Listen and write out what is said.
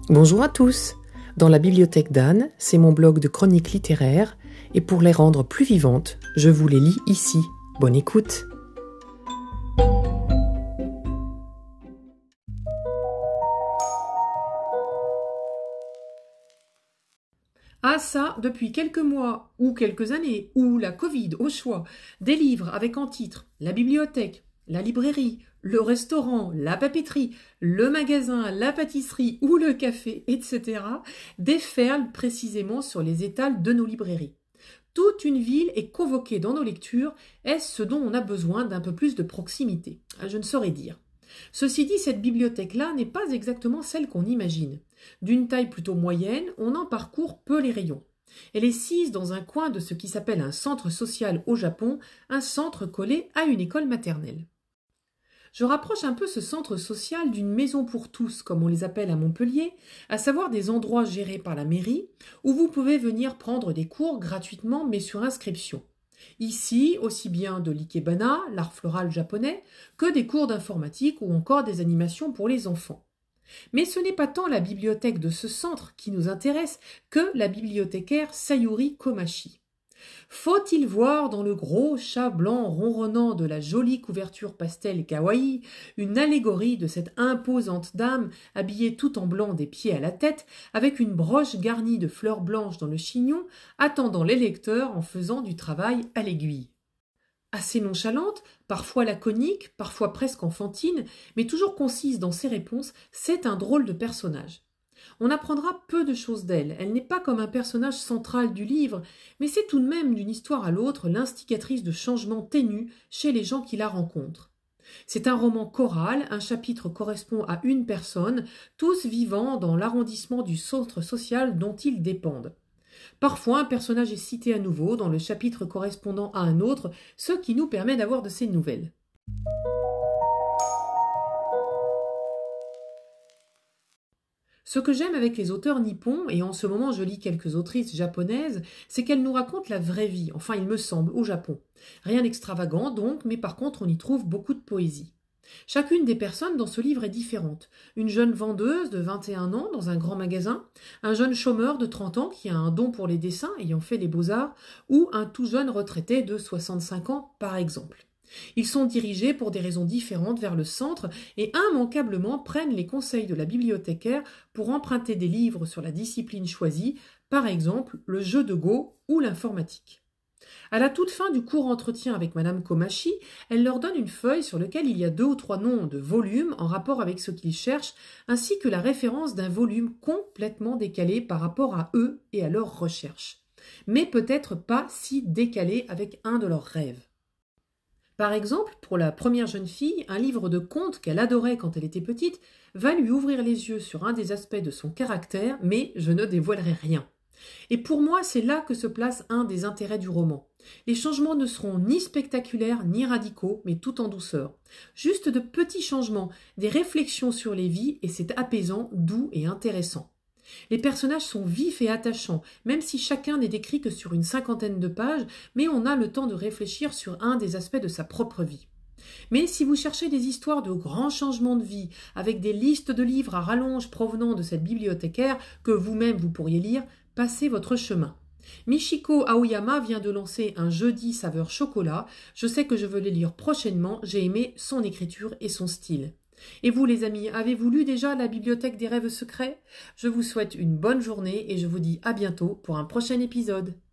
Bonjour à tous. Dans la bibliothèque d'Anne, c'est mon blog de chroniques littéraires et pour les rendre plus vivantes, je vous les lis ici. Bonne écoute. Ah ça, depuis quelques mois, ou quelques années, ou la Covid, au choix, des livres avec en titre la bibliothèque, la librairie, le restaurant, la papeterie, le magasin, la pâtisserie ou le café, etc., déferlent précisément sur les étals de nos librairies. Toute une ville est convoquée dans nos lectures. Est-ce ce dont on a besoin d'un peu plus de proximité? Je ne saurais dire. Ceci dit, cette bibliothèque-là n'est pas exactement celle qu'on imagine. D'une taille plutôt moyenne, on en parcourt peu les rayons. Elle est sise dans un coin de ce qui s'appelle un centre social au Japon, un centre collé à une école maternelle. Je rapproche un peu ce centre social d'une maison pour tous, comme on les appelle à Montpellier, à savoir des endroits gérés par la mairie, où vous pouvez venir prendre des cours gratuitement mais sur inscription. Ici, aussi bien de l'ikebana, l'art floral japonais, que des cours d'informatique ou encore des animations pour les enfants. Mais ce n'est pas tant la bibliothèque de ce centre qui nous intéresse que la bibliothécaire Sayuri Komachi. Faut-il voir dans le gros chat blanc ronronnant de la jolie couverture pastel kawaii une allégorie de cette imposante dame habillée tout en blanc des pieds à la tête, avec une broche garnie de fleurs blanches dans le chignon, attendant les lecteurs en faisant du travail à l'aiguille? Assez nonchalante, parfois laconique, parfois presque enfantine, mais toujours concise dans ses réponses, c'est un drôle de personnage. On apprendra peu de choses d'elle, elle n'est pas comme un personnage central du livre, mais c'est tout de même d'une histoire à l'autre l'instigatrice de changements ténus chez les gens qui la rencontrent. C'est un roman choral, un chapitre correspond à une personne, tous vivant dans l'arrondissement du centre social dont ils dépendent. Parfois, un personnage est cité à nouveau dans le chapitre correspondant à un autre, ce qui nous permet d'avoir de ces nouvelles. Ce que j'aime avec les auteurs nippons, et en ce moment je lis quelques autrices japonaises, c'est qu'elles nous racontent la vraie vie, enfin il me semble, au Japon. Rien d'extravagant donc, mais par contre on y trouve beaucoup de poésie. Chacune des personnes dans ce livre est différente. Une jeune vendeuse de 21 ans dans un grand magasin, un jeune chômeur de 30 ans qui a un don pour les dessins ayant fait les beaux-arts, ou un tout jeune retraité de 65 ans par exemple. Ils sont dirigés pour des raisons différentes vers le centre et immanquablement prennent les conseils de la bibliothécaire pour emprunter des livres sur la discipline choisie, par exemple le jeu de Go ou l'informatique. À la toute fin du court entretien avec Madame Komachi, elle leur donne une feuille sur laquelle il y a 2 ou 3 noms de volumes en rapport avec ce qu'ils cherchent, ainsi que la référence d'un volume complètement décalé par rapport à eux et à leurs recherches. Mais peut-être pas si décalé avec un de leurs rêves. Par exemple, pour la première jeune fille, un livre de contes qu'elle adorait quand elle était petite va lui ouvrir les yeux sur un des aspects de son caractère, mais je ne dévoilerai rien. Et pour moi, c'est là que se place un des intérêts du roman. Les changements ne seront ni spectaculaires ni radicaux, mais tout en douceur. Juste de petits changements, des réflexions sur les vies, et c'est apaisant, doux et intéressant. Les personnages sont vifs et attachants, même si chacun n'est décrit que sur une 50aine de pages, mais on a le temps de réfléchir sur un des aspects de sa propre vie. Mais si vous cherchez des histoires de grands changements de vie, avec des listes de livres à rallonge provenant de cette bibliothécaire que vous-même vous pourriez lire, passez votre chemin. Michiko Aoyama vient de lancer un jeudi saveur chocolat. Je sais que je veux les lire prochainement, j'ai aimé son écriture et son style. Et vous les amis, avez-vous lu déjà La bibliothèque des rêves secrets? Je vous souhaite une bonne journée et je vous dis à bientôt pour un prochain épisode.